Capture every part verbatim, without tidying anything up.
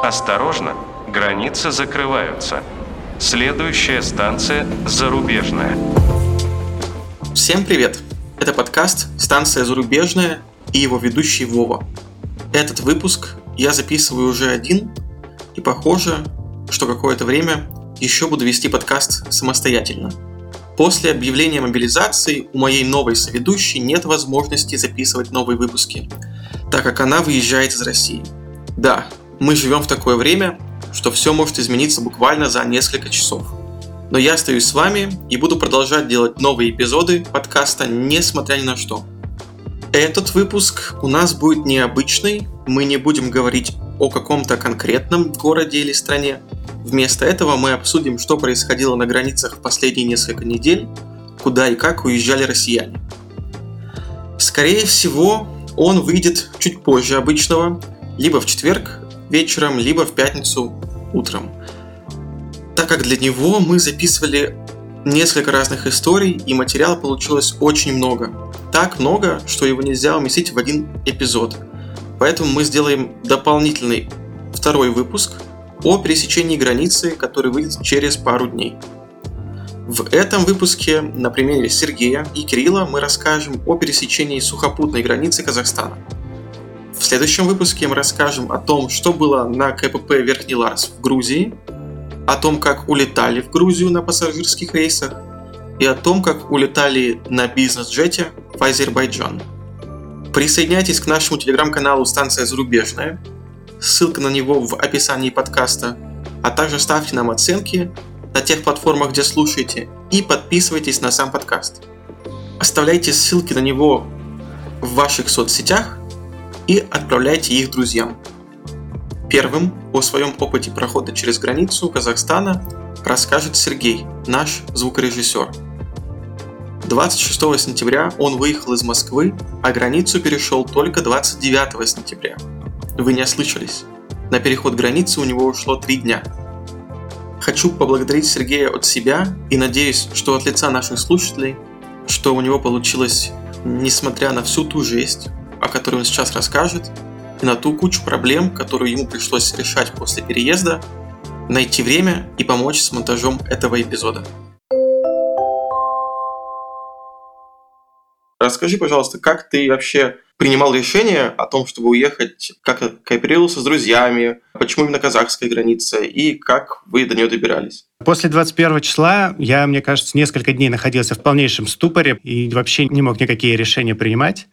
Осторожно, границы закрываются. Следующая станция «Зарубежная». Всем привет! Это подкаст «Станция Зарубежная» и его ведущий Вова. Этот выпуск я записываю уже один, и похоже, что какое-то время еще буду вести подкаст самостоятельно. После объявления мобилизации у моей новой соведущей нет возможности записывать новые выпуски, так как она выезжает из России. Да, мы живем в такое время, что все может измениться буквально за несколько часов. Но я остаюсь с вами и буду продолжать делать новые эпизоды подкаста, несмотря ни на что. Этот выпуск у нас будет необычный, мы не будем говорить о каком-то конкретном городе или стране. Вместо этого мы обсудим, что происходило на границах в последние несколько недель, куда и как уезжали россияне. Скорее всего, он выйдет чуть позже обычного, либо в четверг вечером, либо в пятницу утром. Так как для него мы записывали несколько разных историй, и материала получилось очень много. Так много, что его нельзя уместить в один эпизод. Поэтому мы сделаем дополнительный второй выпуск о пересечении границы, который выйдет через пару дней. В этом выпуске на примере Сергея и Кирилла мы расскажем о пересечении сухопутной границы Казахстана. В следующем выпуске мы расскажем о том, что было на КПП Верхний Ларс в Грузии, о том, как улетали в Грузию на пассажирских рейсах, и о том, как улетали на бизнес-джете в Азербайджан. Присоединяйтесь к нашему телеграм-каналу «Станция Зарубежная», ссылка на него в описании подкаста, а также ставьте нам оценки на тех платформах, где слушаете, и подписывайтесь на сам подкаст. Оставляйте ссылки на него в ваших соцсетях и отправляйте их друзьям. Первым о своем опыте прохода через границу Казахстана расскажет Сергей, наш звукорежиссер. двадцать шестого сентября он выехал из Москвы, а границу перешел только двадцать девятого сентября. Вы не ослышались. На переход границы у него ушло три дня. Хочу поблагодарить Сергея от себя и надеюсь, что от лица наших слушателей, что у него получилось, несмотря на всю ту жесть, о которой он сейчас расскажет, и на ту кучу проблем, которую ему пришлось решать после переезда, найти время и помочь с монтажом этого эпизода. Расскажи, пожалуйста, как ты вообще принимал решение о том, чтобы уехать, как кооперировался с друзьями, почему именно казахская граница и как вы до нее добирались? После двадцать первого числа я, мне кажется, несколько дней находился в полнейшем ступоре и вообще не мог никакие решения принимать.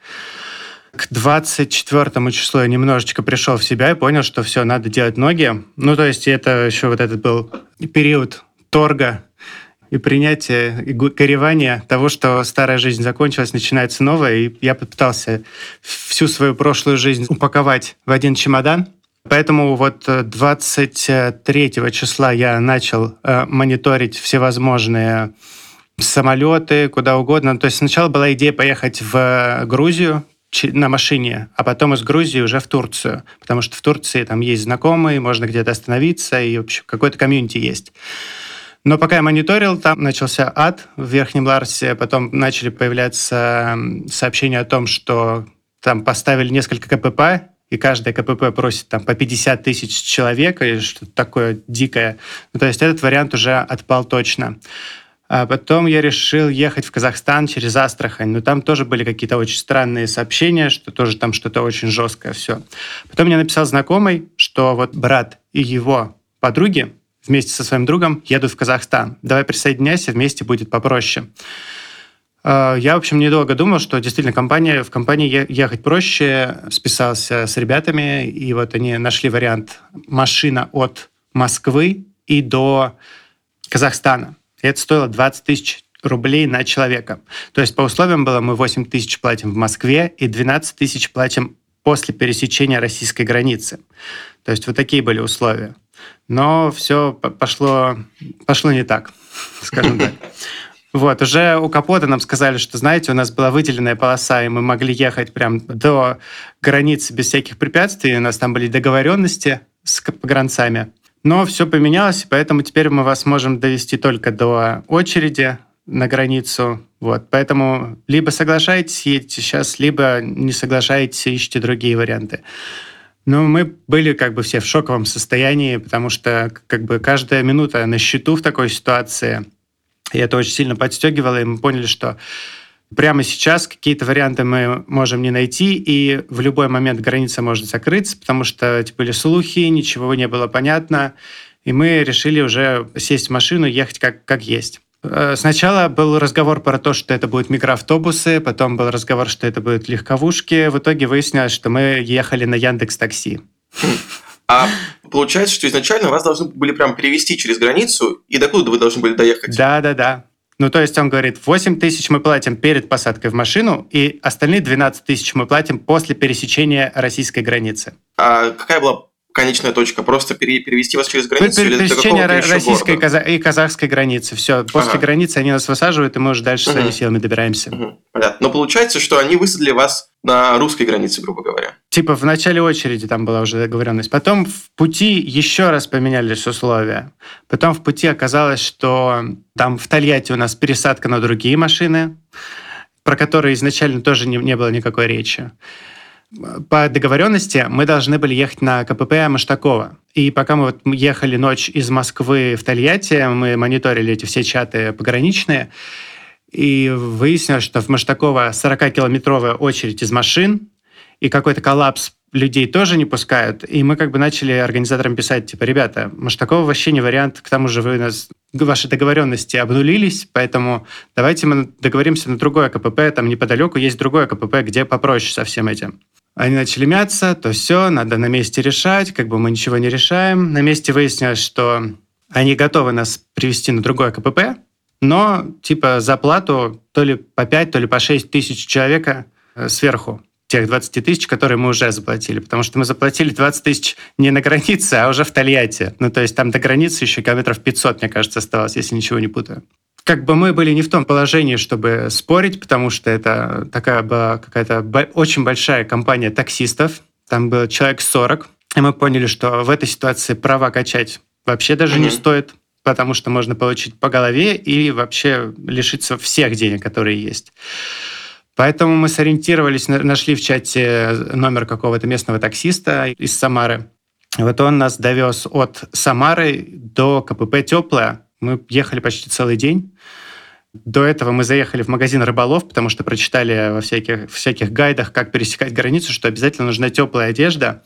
К двадцать четвёртому числу я немножечко пришел в себя и понял, что все, надо делать ноги. Ну, то есть это еще вот этот был период торга и принятия, и горевания того, что старая жизнь закончилась, начинается новая. И я попытался всю свою прошлую жизнь упаковать в один чемодан. Поэтому вот двадцать третьего числа я начал э, мониторить всевозможные самолеты, куда угодно. То есть сначала была идея поехать в Грузию на машине, а потом из Грузии уже в Турцию, потому что в Турции там есть знакомые, можно где-то остановиться, и вообще какой-то комьюнити есть. Но пока я мониторил, там начался ад в Верхнем Ларсе, потом начали появляться сообщения о том, что там поставили несколько КПП, и каждое КПП просит там по пятьдесят тысяч человек, или что-то такое дикое. Ну, то есть этот вариант уже отпал точно. А потом я решил ехать в Казахстан через Астрахань, но там тоже были какие-то очень странные сообщения, что тоже там что-то очень жесткое все. Потом мне написал знакомый, что вот брат и его подруги вместе со своим другом едут в Казахстан. Давай присоединяйся, вместе будет попроще. Я, в общем, недолго думал, что действительно компания, в компании ехать проще. Списался с ребятами, и вот они нашли вариант машина от Москвы и до Казахстана. И это стоило двадцать тысяч рублей на человека. То есть по условиям было, мы восемь тысяч платим в Москве и двенадцать тысяч платим после пересечения российской границы. То есть вот такие были условия. Но все пошло, пошло не так, скажем так. Вот, уже у капота нам сказали, что, знаете, у нас была выделенная полоса, и мы могли ехать прям до границы без всяких препятствий. У нас там были договоренности с погранцами. Но все поменялось, поэтому теперь мы вас можем довести только до очереди на границу. Вот. Поэтому либо соглашаетесь, едете сейчас, либо не соглашаетесь, ищите другие варианты. Ну, мы были как бы все в шоковом состоянии, потому что как бы каждая минута на счету в такой ситуации, и это очень сильно подстегивало, и мы поняли, что прямо сейчас какие-то варианты мы можем не найти, и в любой момент граница может закрыться, потому что эти были слухи, ничего не было понятно, и мы решили уже сесть в машину и ехать как, как есть. Сначала был разговор про то, что это будут микроавтобусы, потом был разговор, что это будут легковушки. В итоге выяснилось, что мы ехали на Яндекс.Такси. А получается, что изначально вас должны были прям перевезти через границу, и докуда вы должны были доехать? Да-да-да. Ну, то есть он говорит, восемь тысяч мы платим перед посадкой в машину, и остальные двенадцать тысяч мы платим после пересечения российской границы. А какая была конечная точка? Просто перевести вас через границу? Или пересечение до какого-то российской каза- и казахской границы. Все, после ага. границы они нас высаживают, и мы уже дальше угу. своими силами добираемся. Угу. Понятно. Но получается, что они высадили вас на русской границе, грубо говоря. Типа в начале очереди там была уже договоренность. Потом в пути еще раз поменялись условия. Потом в пути оказалось, что там в Тольятти у нас пересадка на другие машины, про которые изначально тоже не, не было никакой речи. По договоренности мы должны были ехать на КПП Маштакова. И пока мы вот ехали ночь из Москвы в Тольятти, мы мониторили эти все чаты пограничные, и выяснилось, что в Маштакова сорокакилометровая очередь из машин, и какой-то коллапс, людей тоже не пускают. И мы как бы начали организаторам писать, типа, ребята, Маштакова вообще не вариант, к тому же вы у нас, ваши договоренности обнулились, поэтому давайте мы договоримся на другое КПП, там неподалеку есть другое КПП, где попроще со всем этим. Они начали мяться, то все, надо на месте решать, как бы мы ничего не решаем. На месте выяснилось, что они готовы нас привезти на другое КПП, но типа за плату то ли по пять, то ли по шесть тысяч человека сверху тех двадцать тысяч, которые мы уже заплатили. Потому что мы заплатили двадцать тысяч не на границе, а уже в Тольятти. Ну, то есть там до границы еще километров пятьсот, мне кажется, оставалось, если ничего не путаю. Как бы мы были не в том положении, чтобы спорить, потому что это такая была какая-то очень большая компания таксистов. Там было человек сорок. И мы поняли, что в этой ситуации права качать вообще даже mm-hmm. не стоит, потому что можно получить по голове и вообще лишиться всех денег, которые есть. Поэтому мы сориентировались, нашли в чате номер какого-то местного таксиста из Самары. Вот он нас довез от Самары до КПП «Теплое». Мы ехали почти целый день. До этого мы заехали в магазин «Рыболов», потому что прочитали во всяких, всяких гайдах, как пересекать границу, что обязательно нужна теплая одежда,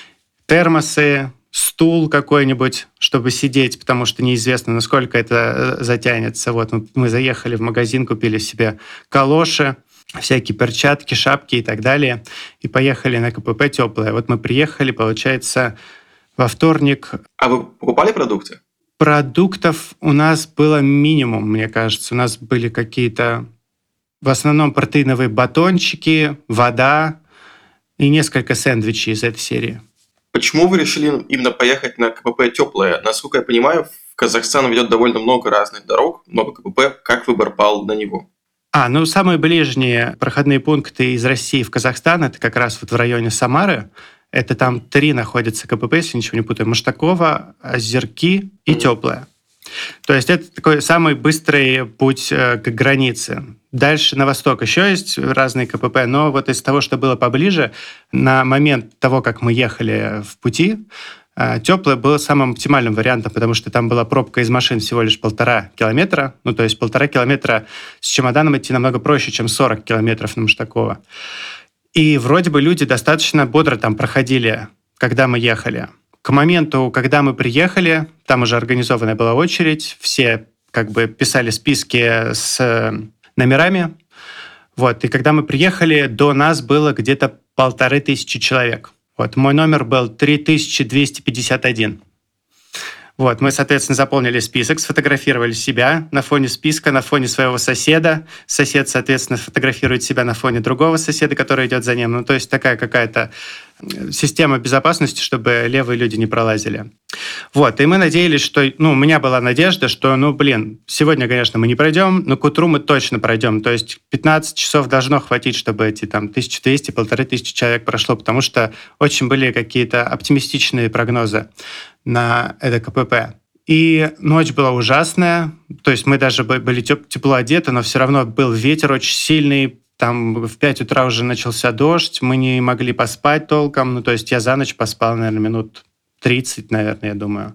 термосы, стул какой-нибудь, чтобы сидеть, потому что неизвестно, насколько это затянется. Вот мы, мы заехали в магазин, купили себе калоши, всякие перчатки, шапки и так далее, и поехали на КПП «Теплое». Вот мы приехали, получается, во вторник. А вы покупали продукты? Продуктов у нас было минимум, мне кажется. У нас были какие-то, в основном, протеиновые батончики, вода и несколько сэндвичей из этой серии. Почему вы решили именно поехать на КПП «Теплое»? Насколько я понимаю, в Казахстан ведет довольно много разных дорог, много КПП. Как выбор пал на него? А, ну, самые ближние проходные пункты из России в Казахстан, это как раз вот в районе Самары. Это там три находятся КПП, если ничего не путаю. Маштакова, Озерки и Теплое. То есть это такой самый быстрый путь к границе. Дальше на восток еще есть разные КПП, но вот из того, что было поближе, на момент того, как мы ехали в пути, Теплое было самым оптимальным вариантом, потому что там была пробка из машин всего лишь полтора километра. Ну, то есть полтора километра с чемоданом идти намного проще, чем сорок километров на Маштакова. И вроде бы люди достаточно бодро там проходили, когда мы ехали. К моменту, когда мы приехали, там уже организованная была очередь, все как бы писали списки с номерами. Вот. И когда мы приехали, до нас было где-то полторы тысячи человек. Вот. Мой номер был три тысячи двести пятьдесят один. Вот, мы, соответственно, заполнили список, сфотографировали себя на фоне списка, на фоне своего соседа. Сосед, соответственно, фотографирует себя на фоне другого соседа, который идет за ним. Ну, то есть такая какая-то система безопасности, чтобы левые люди не пролазили. Вот, и мы надеялись, что... Ну, у меня была надежда, что, ну, блин, сегодня, конечно, мы не пройдем, но к утру мы точно пройдем. То есть пятнадцать часов должно хватить, чтобы эти там тысяча двести - полторы тысячи человек прошло, потому что очень были какие-то оптимистичные прогнозы на это КПП. И ночь была ужасная, то есть мы даже были тепло одеты, но все равно был ветер очень сильный, Там в пять утра уже начался дождь, мы не могли поспать толком. Ну, то есть я за ночь поспал, наверное, минут тридцать, наверное, я думаю.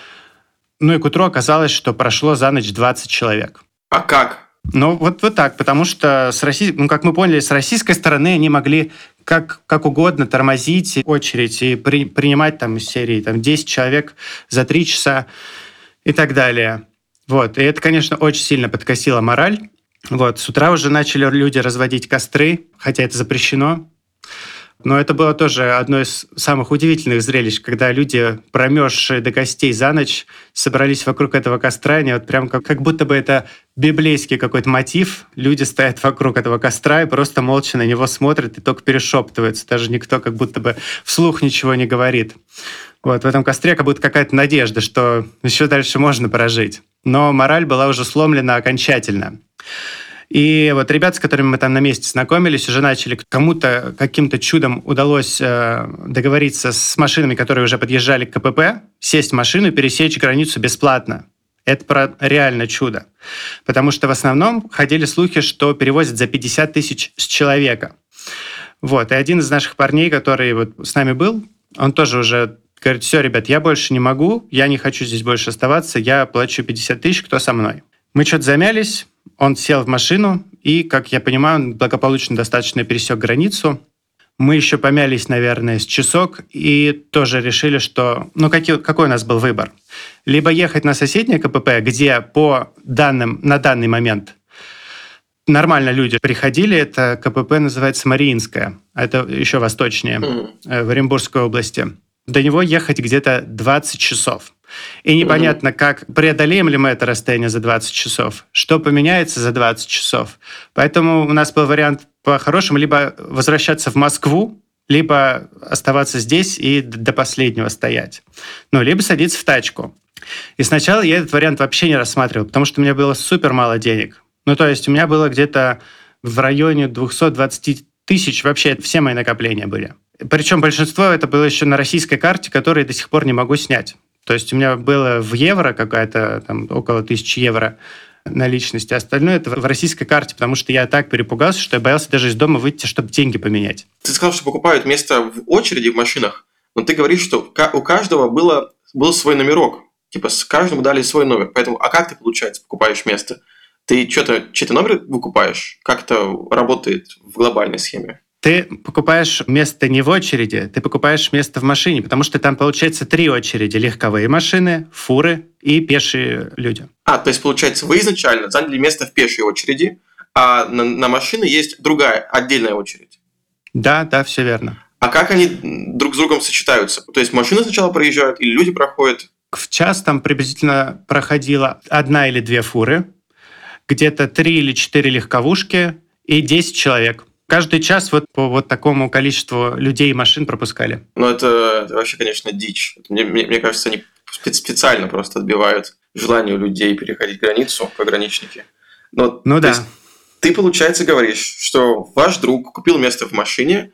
Ну и к утру оказалось, что прошло за ночь двадцать человек. А как? Ну, вот, вот так, потому что, с Росси... ну, как мы поняли, с российской стороны они могли как, как угодно тормозить очередь и при... принимать там из серии там, десять человек за три часа и так далее. Вот. И это, конечно, очень сильно подкосило мораль. Вот. С утра уже начали люди разводить костры, хотя это запрещено. Но это было тоже одно из самых удивительных зрелищ, когда люди, промерзшие до костей за ночь, собрались вокруг этого костра. Они вот прям как, как будто бы это библейский какой-то мотив. Люди стоят вокруг этого костра и просто молча на него смотрят и только перешептываются. Даже никто как будто бы вслух ничего не говорит. Вот, в этом костре как будто какая-то надежда, что еще дальше можно прожить. Но мораль была уже сломлена окончательно. И вот ребята, с которыми мы там на месте знакомились, уже начали, кому-то каким-то чудом удалось э, договориться с машинами, которые уже подъезжали к КПП, сесть в машину и пересечь границу бесплатно. Это про реально чудо. Потому что в основном ходили слухи, что перевозят за пятьдесят тысяч с человека. Вот. И один из наших парней, который вот с нами был, он тоже уже говорит: все, ребят, я больше не могу, я не хочу здесь больше оставаться, я плачу пятьдесят тысяч, кто со мной? Мы что-то замялись, он сел в машину и, как я понимаю, он благополучно достаточно пересек границу. Мы еще помялись, наверное, с часок и тоже решили, что... Ну, какой, какой у нас был выбор? Либо ехать на соседнее КПП, где по данным на данный момент нормально люди приходили, это КПП называется Мариинское, это еще восточнее, в Оренбургской области. До него ехать где-то двадцать часов. И непонятно, как преодолеем ли мы это расстояние за двадцать часов, что поменяется за двадцать часов. Поэтому у нас был вариант по-хорошему либо возвращаться в Москву, либо оставаться здесь и до последнего стоять. Ну, либо садиться в тачку. И сначала я этот вариант вообще не рассматривал, потому что у меня было супер мало денег. Ну, то есть у меня было где-то в районе двести двадцать тысяч, вообще все мои накопления были. Причем большинство это было еще на российской карте, которую я до сих пор не могу снять. То есть у меня было в евро какая-то, там, около тысячи евро наличности. Остальное это в российской карте, потому что я так перепугался, что я боялся даже из дома выйти, чтобы деньги поменять. Ты сказал, что покупают место в очереди в машинах, но ты говоришь, что у каждого было, был свой номерок. Типа с каждому дали свой номер. Поэтому, а как ты, получается, покупаешь место? Ты что-то, чей-то номер выкупаешь? Как это работает в глобальной схеме? Ты покупаешь место не в очереди, ты покупаешь место в машине, потому что там, получается, три очереди. Легковые машины, фуры и пешие люди. А, то есть, получается, вы изначально заняли место в пешей очереди, а на, на машины есть другая, отдельная очередь. Да, да, все верно. А как они друг с другом сочетаются? То есть, машины сначала проезжают или люди проходят? В час там приблизительно проходила одна или две фуры, где-то три или четыре легковушки и десять человек. Каждый час вот по вот такому количеству людей и машин пропускали. Ну, это, это вообще, конечно, дичь. Мне, мне, мне кажется, они специально просто отбивают желание у людей переходить границу, пограничники. Но, ну да. Есть, ты, получается, говоришь, что ваш друг купил место в машине,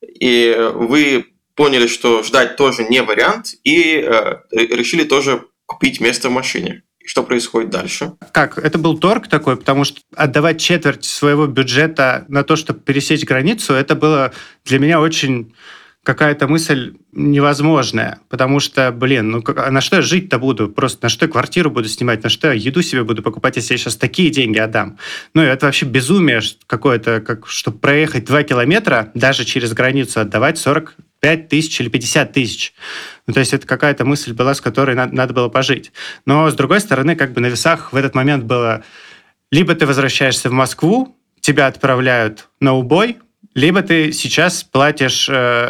и вы поняли, что ждать тоже не вариант, и э, решили тоже купить место в машине. И что происходит дальше? Как? Это был торг такой, потому что отдавать четверть своего бюджета на то, чтобы пересечь границу, это было для меня очень какая-то мысль невозможная. Потому что, блин, ну а на что я жить-то буду? Просто на что я квартиру буду снимать? На что я еду себе буду покупать, если я сейчас такие деньги отдам? Ну, и это вообще безумие какое-то, как, чтобы проехать два километра, даже через границу отдавать сорок пять тысяч или пятьдесят тысяч. Ну, то есть это какая-то мысль была, с которой надо, надо было пожить. Но, с другой стороны, как бы на весах в этот момент было либо ты возвращаешься в Москву, тебя отправляют на убой, либо ты сейчас платишь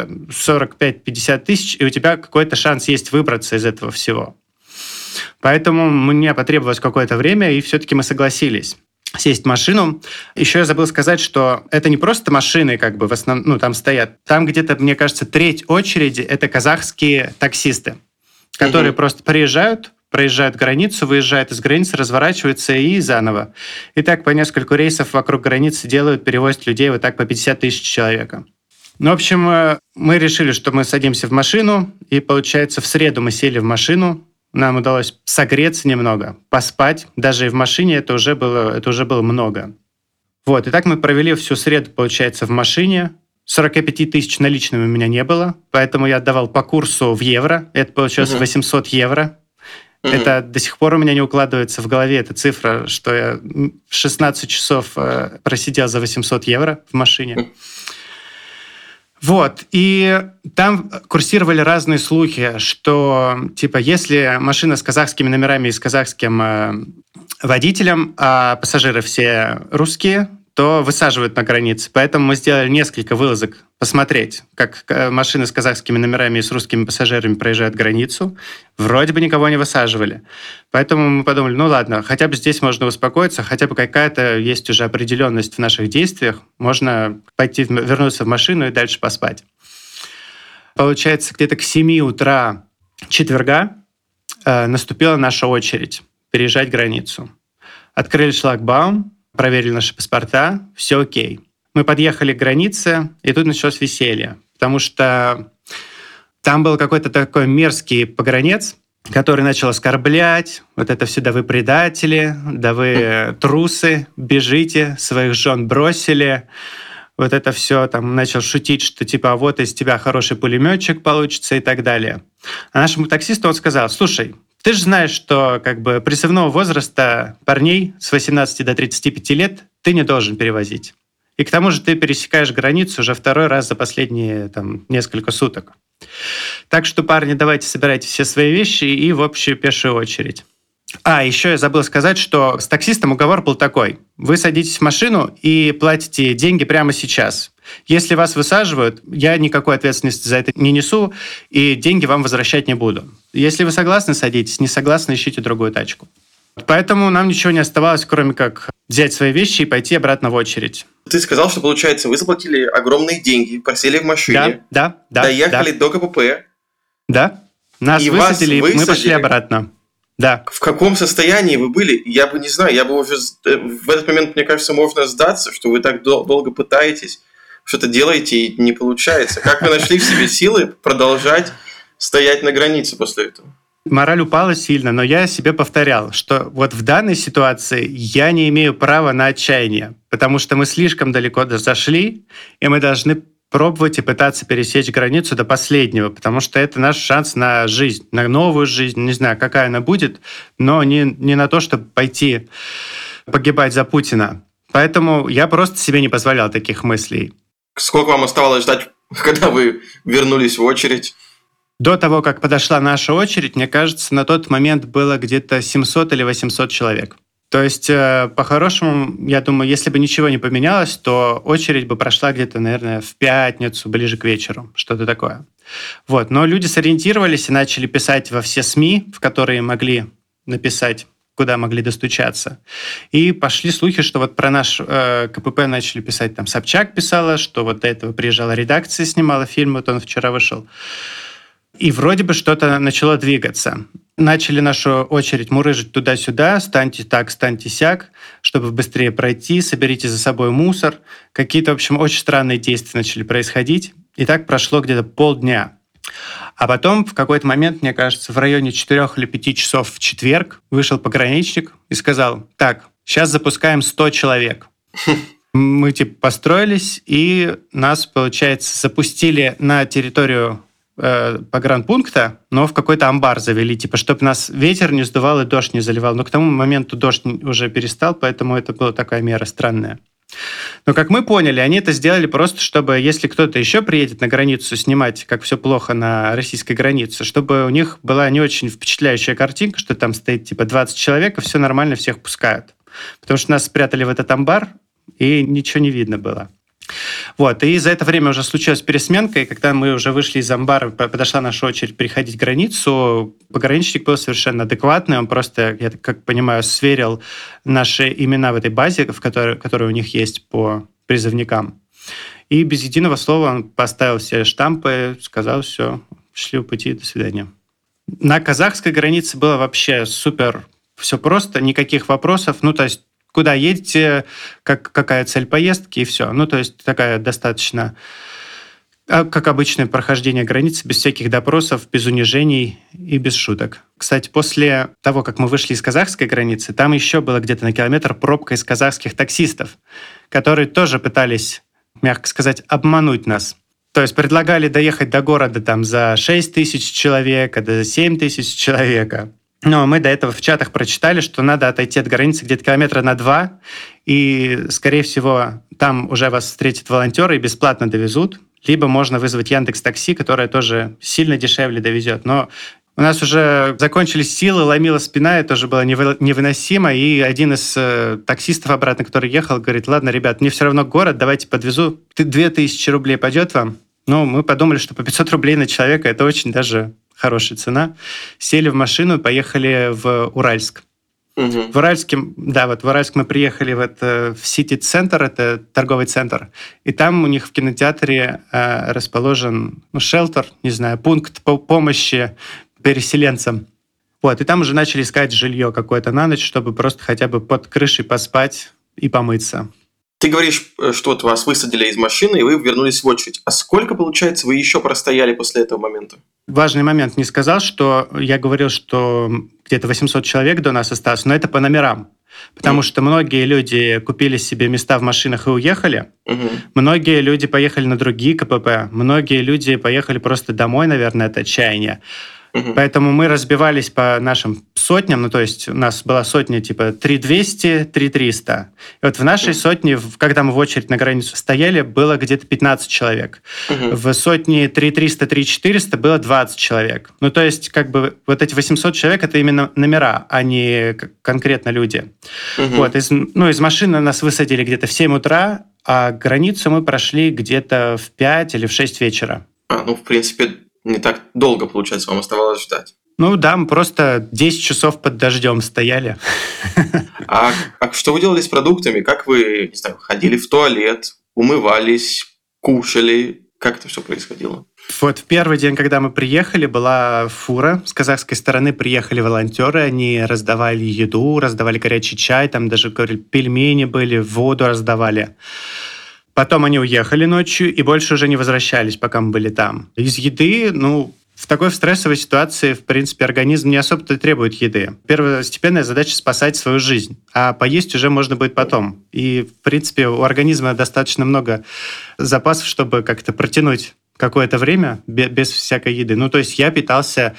сорок пять - пятьдесят тысяч, и у тебя какой-то шанс есть выбраться из этого всего. Поэтому мне потребовалось какое-то время, и все-таки мы согласились сесть в машину. Еще я забыл сказать, что это не просто машины, как бы в основном, ну, там стоят. Там где-то, мне кажется, треть очереди — это казахские таксисты, которые mm-hmm. просто приезжают, проезжают границу, выезжают из границы, разворачиваются и заново. И так по нескольку рейсов вокруг границы делают, перевозят людей вот так по пятьдесят тысяч человека. Ну, в общем, мы решили, что мы садимся в машину, и, получается, в среду мы сели в машину. Нам удалось согреться немного, поспать. Даже и в машине это уже было, это уже было много. Вот, и так мы провели всю среду, получается, в машине. сорок пять тысяч наличными у меня не было, поэтому я отдавал по курсу в евро. Это получилось угу. восемьсот евро. Угу. Это до сих пор у меня не укладывается в голове эта цифра, что я шестнадцать часов просидел за восемьсот евро в машине. Угу. Вот, и там курсировали разные слухи, что, типа, если машина с казахскими номерами и с казахским э, водителем, а пассажиры все русские, то высаживают на границе. Поэтому мы сделали несколько вылазок посмотреть, как машины с казахскими номерами и с русскими пассажирами проезжают границу. Вроде бы никого не высаживали. Поэтому мы подумали, ну ладно, хотя бы здесь можно успокоиться, хотя бы какая-то есть уже определенность в наших действиях. Можно пойти, вернуться в машину и дальше поспать. Получается, где-то к семи утра четверга э, наступила наша очередь переезжать границу. Открыли шлагбаум, проверили наши паспорта, все окей. Мы подъехали к границе, и тут началось веселье, потому что там был какой-то такой мерзкий погранец, который начал оскорблять, вот это все, да вы предатели, да вы трусы, бежите, своих жен бросили, вот это все, там начал шутить, что типа, а вот из тебя хороший пулеметчик получится и так далее. А нашему таксисту он сказал, слушай, ты же знаешь, что как бы призывного возраста парней с восемнадцати до тридцати пяти лет ты не должен перевозить. И к тому же ты пересекаешь границу уже второй раз за последние там, несколько суток. Так что, парни, давайте собирайте все свои вещи и в общую пешую очередь. А, еще я забыл сказать, что с таксистом уговор был такой. Вы садитесь в машину и платите деньги прямо сейчас. Если вас высаживают, я никакой ответственности за это не несу, и деньги вам возвращать не буду. Если вы согласны, садитесь, не согласны, ищите другую тачку. Поэтому нам ничего не оставалось, кроме как взять свои вещи и пойти обратно в очередь. Ты сказал, что, получается, вы заплатили огромные деньги, просели в машине, да, да, да, доехали да. до КПП. Да, нас и высадили, вас и мы пошли обратно. Да. В каком состоянии вы были? Я бы не знаю, я бы уже... В этот момент, мне кажется, можно сдаться, что вы так дол- долго пытаетесь, что-то делаете и не получается. Как вы нашли в себе силы продолжать стоять на границе после этого? Мораль упала сильно, но я себе повторял, что вот в данной ситуации я не имею права на отчаяние, потому что мы слишком далеко зашли, и мы должны пробовать и пытаться пересечь границу до последнего, потому что это наш шанс на жизнь, на новую жизнь, не знаю, какая она будет, но не, не на то, чтобы пойти погибать за Путина. Поэтому я просто себе не позволял таких мыслей. Сколько вам оставалось ждать, когда вы вернулись в очередь? До того, как подошла наша очередь, мне кажется, на тот момент было где-то семьсот или восемьсот человек. То есть, по-хорошему, я думаю, если бы ничего не поменялось, то очередь бы прошла где-то, наверное, в пятницу, ближе к вечеру, что-то такое. Вот. Но люди сориентировались и начали писать во все СМИ, в которые могли написать, куда могли достучаться. И пошли слухи, что вот про наш э, КПП начали писать, там Собчак писала, что вот до этого приезжала редакция, снимала фильм, вот он вчера вышел. И вроде бы что-то начало двигаться. Начали нашу очередь мурыжить туда-сюда, станьте так, станьте сяк, чтобы быстрее пройти, соберите за собой мусор. Какие-то, в общем, очень странные действия начали происходить. И так прошло где-то полдня. А потом в какой-то момент, мне кажется, в районе четырех или пяти часов в четверг вышел пограничник и сказал, так, сейчас запускаем сто человек. Мы типа построились, и нас, получается, запустили на территорию погранпункта, но в какой-то амбар завели, типа, чтобы нас ветер не сдувал и дождь не заливал. Но к тому моменту дождь уже перестал, поэтому это была такая мера странная. Но, как мы поняли, они это сделали просто, чтобы, если кто-то еще приедет на границу снимать, как все плохо на российской границе, чтобы у них была не очень впечатляющая картинка, что там стоит типа двадцать человек, и все нормально, всех пускают. Потому что нас спрятали в этот амбар, и ничего не видно было. Вот, и за это время уже случилась пересменка, и когда мы уже вышли из амбара, подошла наша очередь переходить границу, пограничник был совершенно адекватный, он просто, я как понимаю, сверил наши имена в этой базе, в которой, которая у них есть по призывникам, и без единого слова он поставил все штампы, сказал, все, счастливого пути, до свидания. На казахской границе было вообще супер, все просто, никаких вопросов, ну, то есть куда едете, как, какая цель поездки, и все. Ну, то есть такая достаточно А как обычное прохождение границы, без всяких допросов, без унижений и без шуток. Кстати, после того, как мы вышли из казахской границы, там еще было где-то на километр пробка из казахских таксистов, которые тоже пытались, мягко сказать, обмануть нас. То есть предлагали доехать до города там за шесть тысяч человек, а за семь тысяч человек. Но мы до этого в чатах прочитали, что надо отойти от границы где-то километра на два, и, скорее всего, там уже вас встретят волонтеры и бесплатно довезут. Либо можно вызвать Яндекс.Такси, которое тоже сильно дешевле довезет. Но у нас уже закончились силы, ломила спина, это уже было невыносимо. И один из э, таксистов обратно, который ехал, говорит: ладно, ребят, мне все равно город, давайте подвезу. две тысячи рублей пойдет вам? Ну, мы подумали, что по пятьсот рублей на человека это очень даже хорошая цена. Сели в машину и поехали в Уральск. Угу. В Уральске, да, вот в Уральск мы приехали в, это, в Сити-центр, это торговый центр, и там у них в кинотеатре э, расположен, ну, шелтер, не знаю, пункт по помощи переселенцам. Вот, и там уже начали искать жилье какое-то на ночь, чтобы просто хотя бы под крышей поспать и помыться. Ты говоришь, что вот вас высадили из машины, и вы вернулись в очередь. А сколько, получается, вы еще простояли после этого момента? Важный момент. Не сказал, что я говорил, что где-то восемьсот человек до нас осталось, но это по номерам. Потому mm. что многие люди купили себе места в машинах и уехали. Mm-hmm. Многие люди поехали на другие КПП. Многие люди поехали просто домой, наверное, от отчаяния. Угу. Поэтому мы разбивались по нашим сотням, ну то есть у нас была сотня типа три двести, три триста. И вот в нашей угу. сотне, когда мы в очередь на границу стояли, было где-то пятнадцать человек. Угу. В сотне три триста, три четыреста было двадцать человек. Ну то есть как бы вот эти восемьсот человек — это именно номера, а не конкретно люди. Угу. Вот, из, ну, из машины нас высадили где-то в семь утра, а границу мы прошли где-то в пять или в шесть вечера. А, ну в принципе... Не так долго, получается, вам оставалось ждать. Ну да, мы просто десять часов под дождем стояли. А, а что вы делали с продуктами? Как вы, не знаю, ходили в туалет, умывались, кушали? Как это все происходило? Вот в первый день, когда мы приехали, была фура. С казахской стороны приехали волонтеры, они раздавали еду, раздавали горячий чай, там даже, говорили, пельмени были, воду раздавали. Потом они уехали ночью и больше уже не возвращались, пока мы были там. Из еды, ну, в такой стрессовой ситуации, в принципе, организм не особо-то требует еды. Первостепенная задача — спасать свою жизнь, а поесть уже можно будет потом. И, в принципе, у организма достаточно много запасов, чтобы как-то протянуть какое-то время без всякой еды. Ну, то есть я питался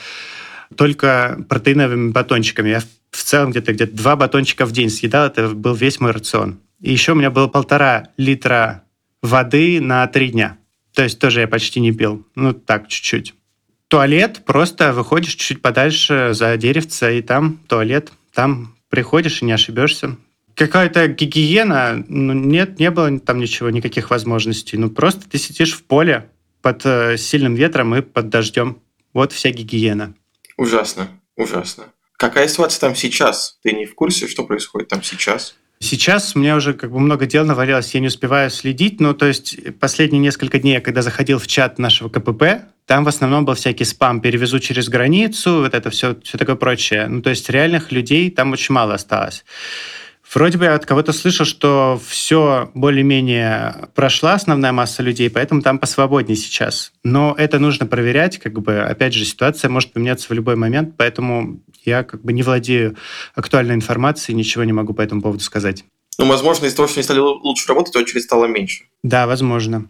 только протеиновыми батончиками. Я в целом где-то, где-то два батончика в день съедал, это был весь мой рацион. И еще у меня было полтора литра воды на три дня. То есть тоже я почти не пил. Ну, так, чуть-чуть. Туалет, просто выходишь чуть подальше за деревце, и там туалет. Там приходишь и не ошибешься. Какая-то гигиена, ну, нет, не было там ничего, никаких возможностей. Ну, просто ты сидишь в поле под э, сильным ветром и под дождем. Вот вся гигиена. Ужасно, ужасно. Какая ситуация там сейчас? Ты не в курсе, что происходит там сейчас? Сейчас у меня уже как бы много дел навалилось, я не успеваю следить. Ну, то есть последние несколько дней, когда заходил в чат нашего КПП, там в основном был всякий спам: перевезу через границу, вот это все, все такое прочее. Ну, то есть реальных людей там очень мало осталось. Вроде бы я от кого-то слышал, что все более-менее прошла основная масса людей, поэтому там посвободнее сейчас. Но это нужно проверять, как бы, опять же, ситуация может поменяться в любой момент, поэтому я как бы не владею актуальной информацией, ничего не могу по этому поводу сказать. Ну, возможно, из-за того, что они стали лучше работать, очередь стала меньше. Да, возможно.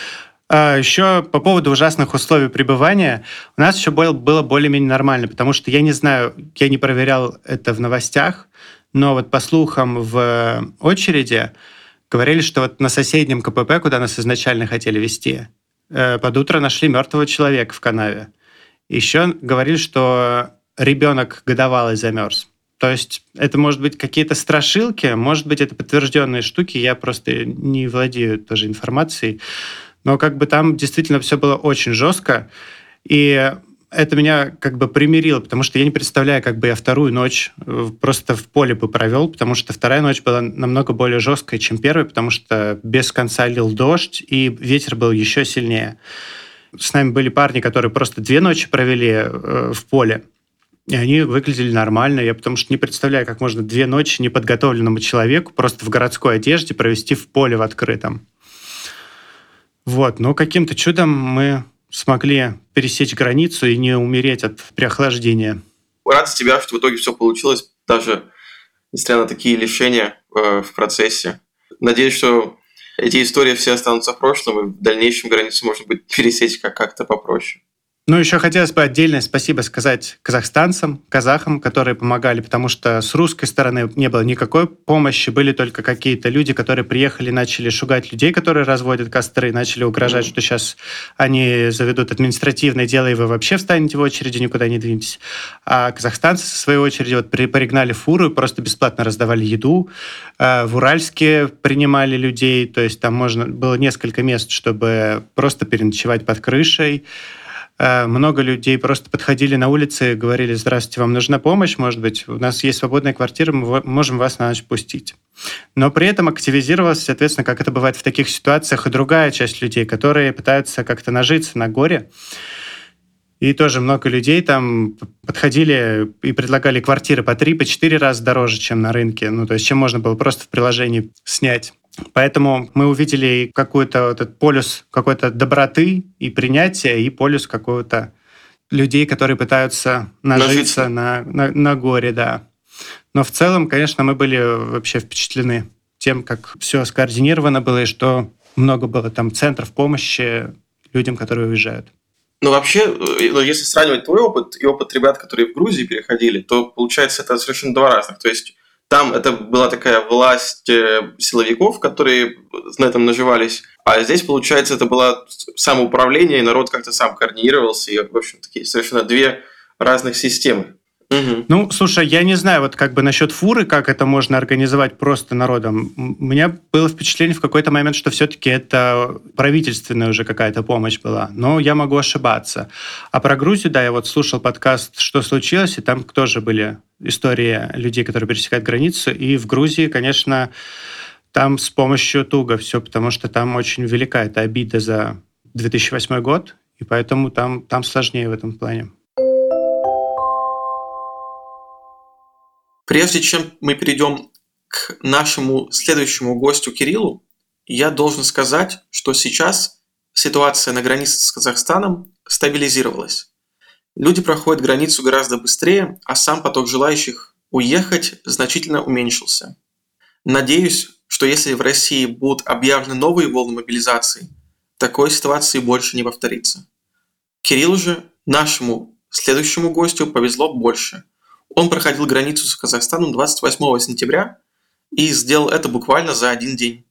А еще по поводу ужасных условий пребывания, у нас еще было более-менее нормально, потому что я не знаю, я не проверял это в новостях, но вот по слухам в очереди говорили, что вот на соседнем КПП, куда нас изначально хотели везти, под утро нашли мертвого человека в канаве. Еще говорили, что ребенок годовалый замерз. То есть это может быть какие-то страшилки, может быть это подтвержденные штуки, я просто не владею тоже информацией. Но как бы там действительно все было очень жестко, и это меня как бы примирило, потому что я не представляю, как бы я вторую ночь просто в поле бы провел, потому что вторая ночь была намного более жесткая, чем первая, потому что без конца лил дождь, и ветер был еще сильнее. С нами были парни, которые просто две ночи провели в поле, и они выглядели нормально. Я потому что не представляю, как можно две ночи неподготовленному человеку просто в городской одежде провести в поле в открытом. Вот, но каким-то чудом мы смогли пересечь границу и не умереть от переохлаждения. Рад за тебя, что в итоге все получилось, даже несмотря на такие лишения э, в процессе. Надеюсь, что эти истории все останутся в прошлом, и в дальнейшем границу можно будет пересечь как- как-то попроще. Ну, еще хотелось бы отдельное спасибо сказать казахстанцам, казахам, которые помогали, потому что с русской стороны не было никакой помощи, были только какие-то люди, которые приехали, начали шугать людей, которые разводят костры, начали угрожать, mm. что сейчас они заведут административное дело, и вы вообще встанете в очереди, никуда не двинетесь. А казахстанцы, со своей очереди, вот пригнали фуру и просто бесплатно раздавали еду. В Уральске принимали людей, то есть там можно было несколько мест, чтобы просто переночевать под крышей. Много людей просто подходили на улице и говорили: «Здравствуйте, вам нужна помощь? Может быть, у нас есть свободная квартира, мы можем вас на ночь пустить». Но при этом активизировалась, соответственно, как это бывает в таких ситуациях, и другая часть людей, которые пытаются как-то нажиться на горе. И тоже много людей там подходили и предлагали квартиры по три, по четыре раза дороже, чем на рынке. Ну, то есть, чем можно было просто в приложении снять. Поэтому мы увидели какой-то вот этот полюс какой-то доброты и принятия, и полюс какого-то людей, которые пытаются нажиться на, на, на горе, да. Но в целом, конечно, мы были вообще впечатлены тем, как все скоординировано было, и что много было там центров помощи людям, которые уезжают. Ну, вообще, если сравнивать твой опыт и опыт ребят, которые в Грузии переходили, то, получается, это совершенно два разных. То есть там это была такая власть силовиков, которые на этом наживались, а здесь, получается, это было самоуправление, и народ как-то сам координировался, и, в общем, такие совершенно две разных системы. Угу. Ну, слушай, я не знаю, вот как бы насчет фуры, как это можно организовать просто народом. У меня было впечатление в какой-то момент, что все-таки это правительственная уже какая-то помощь была, но я могу ошибаться. А про Грузию, да, я вот слушал подкаст «Что случилось?», и там тоже были истории людей, которые пересекают границу, и в Грузии, конечно, там с помощью туго все, потому что там очень велика эта обида за две тысячи восьмой год, и поэтому там, там сложнее в этом плане. Прежде чем мы перейдем к нашему следующему гостю Кириллу, я должен сказать, что сейчас ситуация на границе с Казахстаном стабилизировалась. Люди проходят границу гораздо быстрее, а сам поток желающих уехать значительно уменьшился. Надеюсь, что если в России будут объявлены новые волны мобилизации, такой ситуации больше не повторится. Кириллу же, нашему следующему гостю, повезло больше. Он проходил границу с Казахстаном двадцать восьмого сентября и сделал это буквально за один день.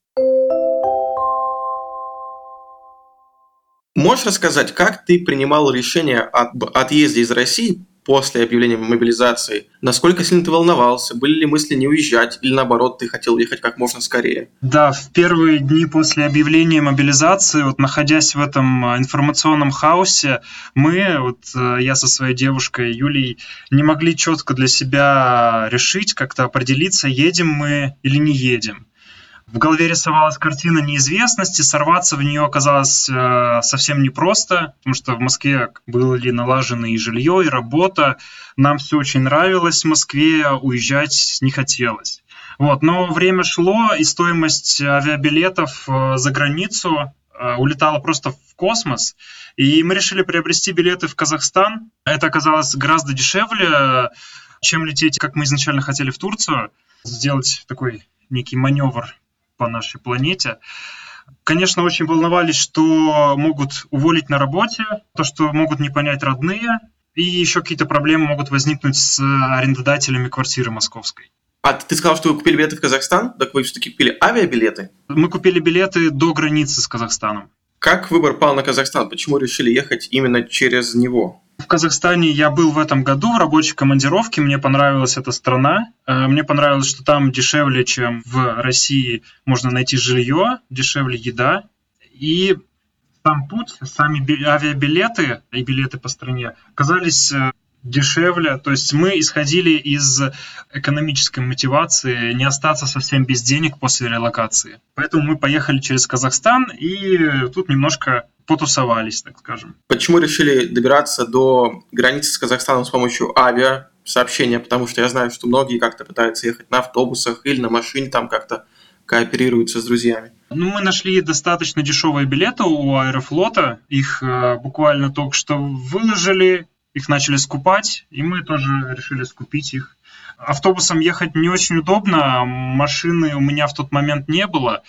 Можешь рассказать, как ты принимал решение об отъезде из России после объявления мобилизации? Насколько сильно ты волновался? Были ли мысли не уезжать? Или наоборот, ты хотел уехать как можно скорее? Да, в первые дни после объявления мобилизации, вот находясь в этом информационном хаосе, мы, вот я со своей девушкой Юлей, не могли четко для себя решить, как-то определиться, едем мы или не едем. В голове рисовалась картина неизвестности, сорваться в нее оказалось э, совсем непросто, потому что в Москве были налажены и жилье, и работа. Нам все очень нравилось в Москве, уезжать не хотелось. Вот, но время шло, и стоимость авиабилетов э, за границу э, улетала просто в космос. И мы решили приобрести билеты в Казахстан. Это оказалось гораздо дешевле, чем лететь, как мы изначально хотели, в Турцию. Сделать такой некий маневр по нашей планете. Конечно, очень волновались, что могут уволить на работе, то, что могут не понять родные, и еще какие-то проблемы могут возникнуть с арендодателями квартиры московской. А ты сказал, что вы купили билеты в Казахстан? Так вы все-таки купили авиабилеты? Мы купили билеты до границы с Казахстаном. Как выбор пал на Казахстан? Почему решили ехать именно через него? В Казахстане я был в этом году в рабочей командировке, мне понравилась эта страна, мне понравилось, что там дешевле, чем в России, можно найти жилье, дешевле еда, и сам путь, сами авиабилеты и билеты по стране оказались дешевле, то есть мы исходили из экономической мотивации не остаться совсем без денег после релокации. Поэтому мы поехали через Казахстан и тут немножко потусовались, так скажем. Почему решили добираться до границы с Казахстаном с помощью авиасообщения? Потому что я знаю, что многие как-то пытаются ехать на автобусах или на машине, там как-то кооперируется с друзьями? Ну, мы нашли достаточно дешевые билеты у Аэрофлота. Их э, буквально только что выложили, их начали скупать, и мы тоже решили скупить их. Автобусом ехать не очень удобно, машины у меня в тот момент не было,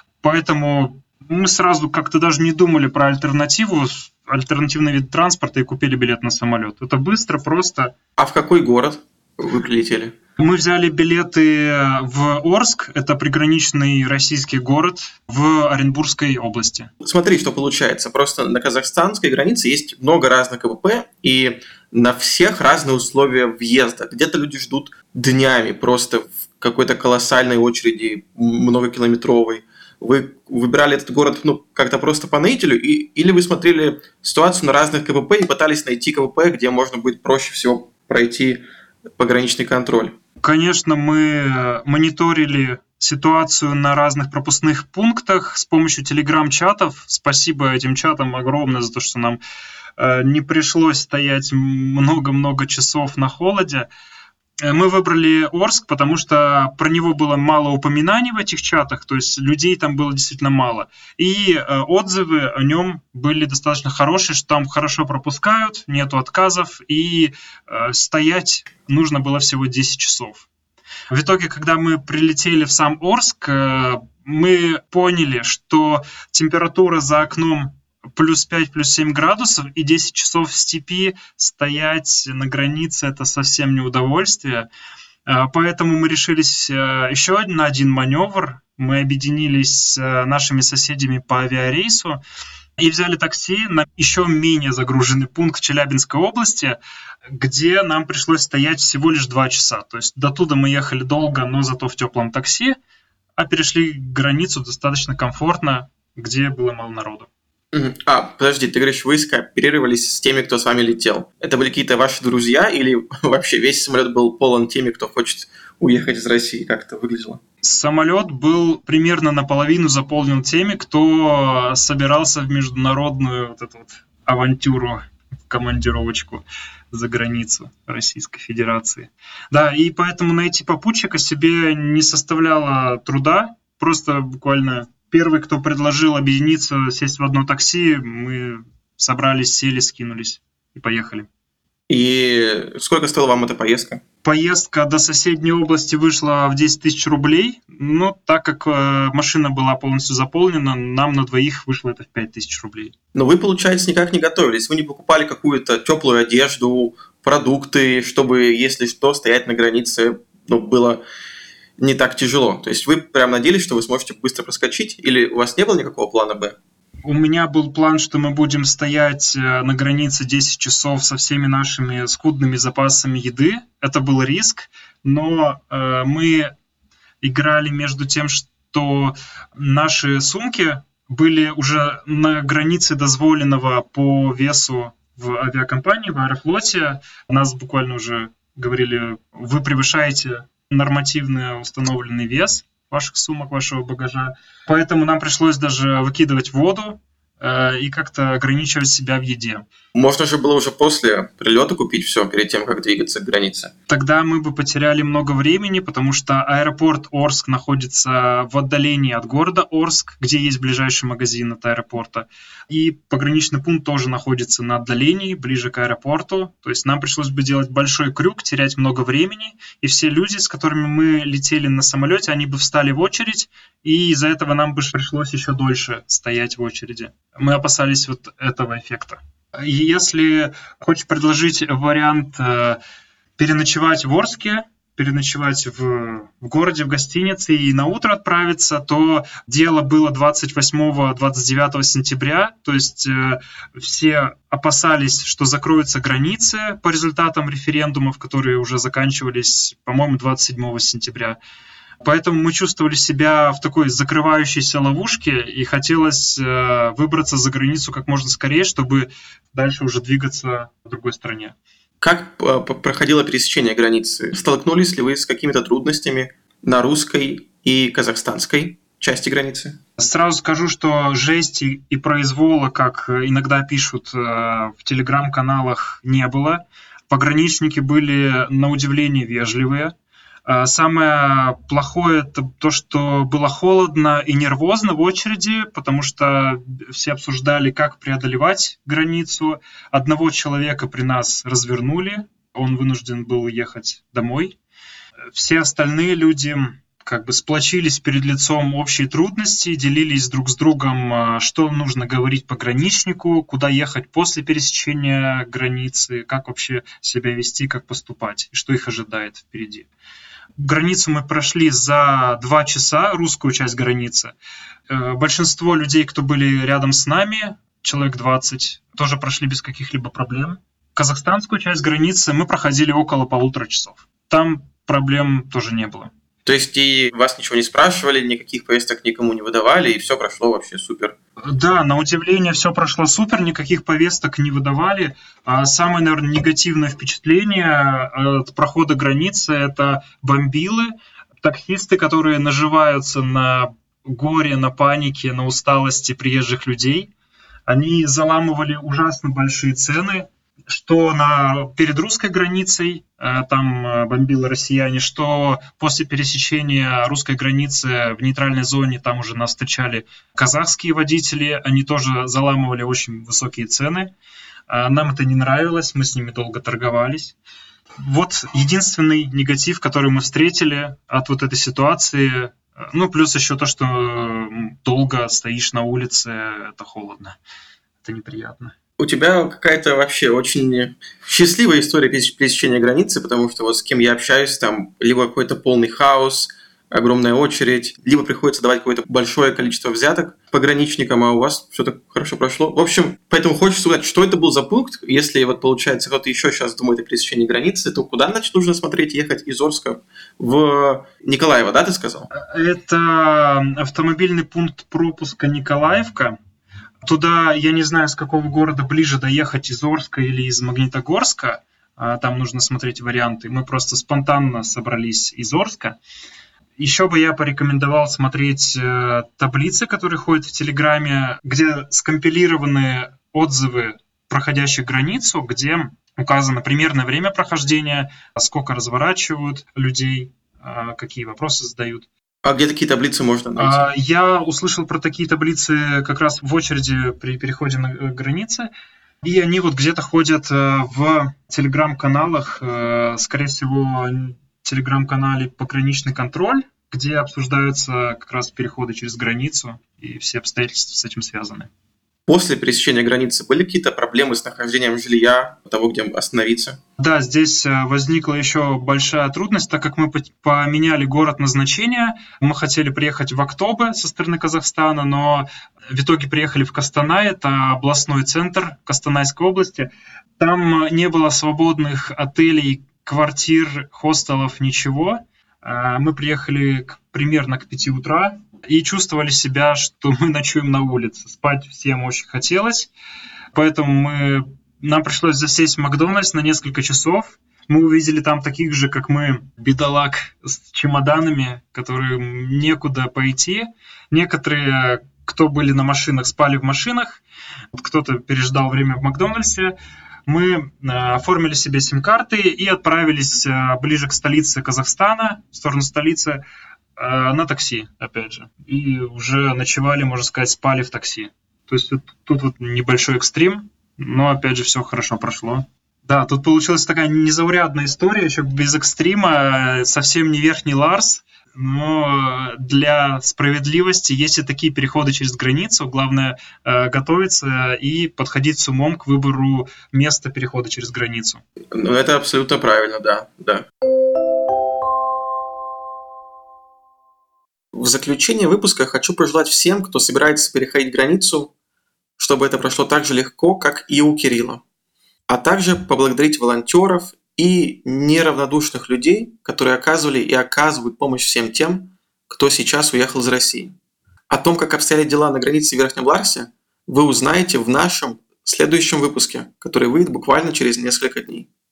поэтому мы сразу как-то даже не думали про альтернативу, альтернативный вид транспорта и купили билет на самолет. Это быстро, просто. А в какой город вы прилетели? Мы взяли билеты в Орск, это приграничный российский город в Оренбургской области. Смотри, что получается. Просто на казахстанской границе есть много разных КПП, и на всех разные условия въезда. Где-то люди ждут днями, просто в какой-то колоссальной очереди, многокилометровой. Вы выбирали этот город ну, как-то просто по наитию, и, или вы смотрели ситуацию на разных КПП и пытались найти КПП, где можно будет проще всего пройти пограничный контроль? Конечно, мы мониторили ситуацию на разных пропускных пунктах с помощью телеграм-чатов. Спасибо этим чатам огромное за то, что нам э, не пришлось стоять много-много часов на холоде. Мы выбрали Орск, потому что про него было мало упоминаний в этих чатах, то есть людей там было действительно мало. И э, отзывы о нем были достаточно хорошие, что там хорошо пропускают, нету отказов, и э, стоять нужно было всего десять часов. В итоге, когда мы прилетели в сам Орск, э, мы поняли, что температура за окном плюс пять, плюс семь градусов, и десять часов в степи стоять на границе – это совсем не удовольствие. Поэтому мы решились еще на один маневр. Мы объединились с нашими соседями по авиарейсу и взяли такси на еще менее загруженный пункт Челябинской области, где нам пришлось стоять всего лишь два часа. То есть до туда мы ехали долго, но зато в теплом такси, а перешли границу достаточно комфортно, где было мало народу. А, подожди, ты говоришь, вы скооперировались с теми, кто с вами летел. Это были какие-то ваши друзья или вообще весь самолет был полон теми, кто хочет уехать из России? Как это выглядело? Самолет был примерно наполовину заполнен теми, кто собирался в международную вот эту вот авантюру, в командировочку за границу Российской Федерации. Да, и поэтому найти попутчика себе не составляло труда, просто буквально... Первый, кто предложил объединиться, сесть в одно такси, мы собрались, сели, скинулись и поехали. И сколько стоила вам эта поездка? Поездка до соседней области вышла в десять тысяч рублей, но так как э, машина была полностью заполнена, нам на двоих вышло это в пять тысяч рублей. Но вы, получается, никак не готовились, вы не покупали какую-то теплую одежду, продукты, чтобы, если что, стоять на границе, ну, было... не так тяжело. То есть вы прям надеялись, что вы сможете быстро проскочить, или у вас не было никакого плана «Б»? У меня был план, что мы будем стоять на границе десять часов со всеми нашими скудными запасами еды. Это был риск, но э, мы играли между тем, что наши сумки были уже на границе дозволенного по весу в авиакомпании, в Аэрофлоте. Нас буквально уже говорили, вы превышаете нормативный установленный вес ваших сумок, вашего багажа. Поэтому нам пришлось даже выкидывать воду э, и как-то ограничивать себя в еде. Можно же было уже после прилета купить все перед тем, как двигаться к границе. Тогда мы бы потеряли много времени, потому что аэропорт Орск находится в отдалении от города Орск, где есть ближайший магазин от аэропорта. И пограничный пункт тоже находится на отдалении, ближе к аэропорту. То есть нам пришлось бы делать большой крюк, терять много времени. И все люди, с которыми мы летели на самолете, они бы встали в очередь, и из-за этого нам бы пришлось еще дольше стоять в очереди. Мы опасались вот этого эффекта. Если хочешь предложить вариант э, переночевать в Орске, переночевать в, в городе, в гостинице и на утро отправиться, то дело было двадцать восьмого - двадцать девятого сентября, то есть э, все опасались, что закроются границы по результатам референдумов, которые уже заканчивались, по-моему, двадцать седьмого сентября. Поэтому мы чувствовали себя в такой закрывающейся ловушке, и хотелось э, выбраться за границу как можно скорее, чтобы дальше уже двигаться в другой стране. Как э, проходило пересечение границы? Столкнулись ли вы с какими-то трудностями на русской и казахстанской части границы? Сразу скажу, что жести и произвола, как иногда пишут э, в телеграм-каналах, не было. Пограничники были на удивление вежливые. Самое плохое — это то, что было холодно и нервозно в очереди, потому что все обсуждали, как преодолевать границу. Одного человека при нас развернули, он вынужден был ехать домой. Все остальные люди как бы сплочились перед лицом общей трудности, делились друг с другом, что нужно говорить пограничнику, куда ехать после пересечения границы, как вообще себя вести, как поступать, и что их ожидает впереди. Границу мы прошли за два часа, русскую часть границы. Большинство людей, кто были рядом с нами, человек двадцать, тоже прошли без каких-либо проблем. Казахстанскую часть границы мы проходили около полутора часов. Там проблем тоже не было. То есть и вас ничего не спрашивали, никаких повесток никому не выдавали, и все прошло вообще супер? Да, на удивление все прошло супер, никаких повесток не выдавали. А самое, наверное, негативное впечатление от прохода границы — это бомбилы, таксисты, которые наживаются на горе, на панике, на усталости приезжих людей. Они заламывали ужасно большие цены, что на, перед русской границей, там бомбило россияне, что после пересечения русской границы в нейтральной зоне, там уже нас встречали казахские водители, они тоже заламывали очень высокие цены. Нам это не нравилось, мы с ними долго торговались. Вот единственный негатив, который мы встретили от вот этой ситуации, ну плюс еще то, что долго стоишь на улице, это холодно, это неприятно. У тебя какая-то вообще очень счастливая история пересечения границы, потому что вот с кем я общаюсь, там либо какой-то полный хаос, огромная очередь, либо приходится давать какое-то большое количество взяток пограничникам, а у вас все так хорошо прошло. В общем, поэтому хочется узнать, что это был за пункт. Если вот получается, кто-то еще сейчас думает о пересечении границы, то куда, значит, нужно смотреть, ехать из Орска в Николаево, да, ты сказал? Это автомобильный пункт пропуска Николаевка. Туда, я не знаю, с какого города ближе доехать, из Орска или из Магнитогорска. Там нужно смотреть варианты. Мы просто спонтанно собрались из Орска. Еще бы я порекомендовал смотреть таблицы, которые ходят в Телеграме, где скомпилированы отзывы проходящих границу, где указано примерное время прохождения, сколько разворачивают людей, какие вопросы задают. А где такие таблицы можно найти? Я услышал про такие таблицы как раз в очереди при переходе на границы. И они вот где-то ходят в телеграм-каналах, скорее всего, телеграм-канале «Пограничный контроль», где обсуждаются как раз переходы через границу, и все обстоятельства с этим связаны. После пересечения границы были какие-то проблемы с нахождением жилья, того, где остановиться? Да, здесь возникла еще большая трудность, так как мы поменяли город назначения. Мы хотели приехать в Актобе со стороны Казахстана, но в итоге приехали в Костанай, это областной центр Костанайской области. Там не было свободных отелей, квартир, хостелов, ничего. Мы приехали к, примерно к пяти утра и чувствовали себя, что мы ночуем на улице. Спать всем очень хотелось, поэтому мы, нам пришлось засесть в Макдональдс на несколько часов. Мы увидели там таких же, как мы, бедолаг с чемоданами, которым некуда пойти. Некоторые, кто были на машинах, спали в машинах, кто-то переждал время в Макдональдсе. Мы оформили себе сим-карты и отправились ближе к столице Казахстана, в сторону столицы, на такси, опять же. И уже ночевали, можно сказать, спали в такси. То есть тут вот небольшой экстрим, но опять же все хорошо прошло. Да, тут получилась такая незаурядная история, еще без экстрима, совсем не верхний Ларс. Но для справедливости, есть и такие переходы через границу, главное э, готовиться и подходить с умом к выбору места перехода через границу. Ну, это абсолютно правильно, да, да. В заключение выпуска хочу пожелать всем, кто собирается переходить границу, чтобы это прошло так же легко, как и у Кирилла. А также поблагодарить волонтеров и неравнодушных людей, которые оказывали и оказывают помощь всем тем, кто сейчас уехал из России. О том, как обстояли дела на границе в Верхнем Ларсе, вы узнаете в нашем следующем выпуске, который выйдет буквально через несколько дней.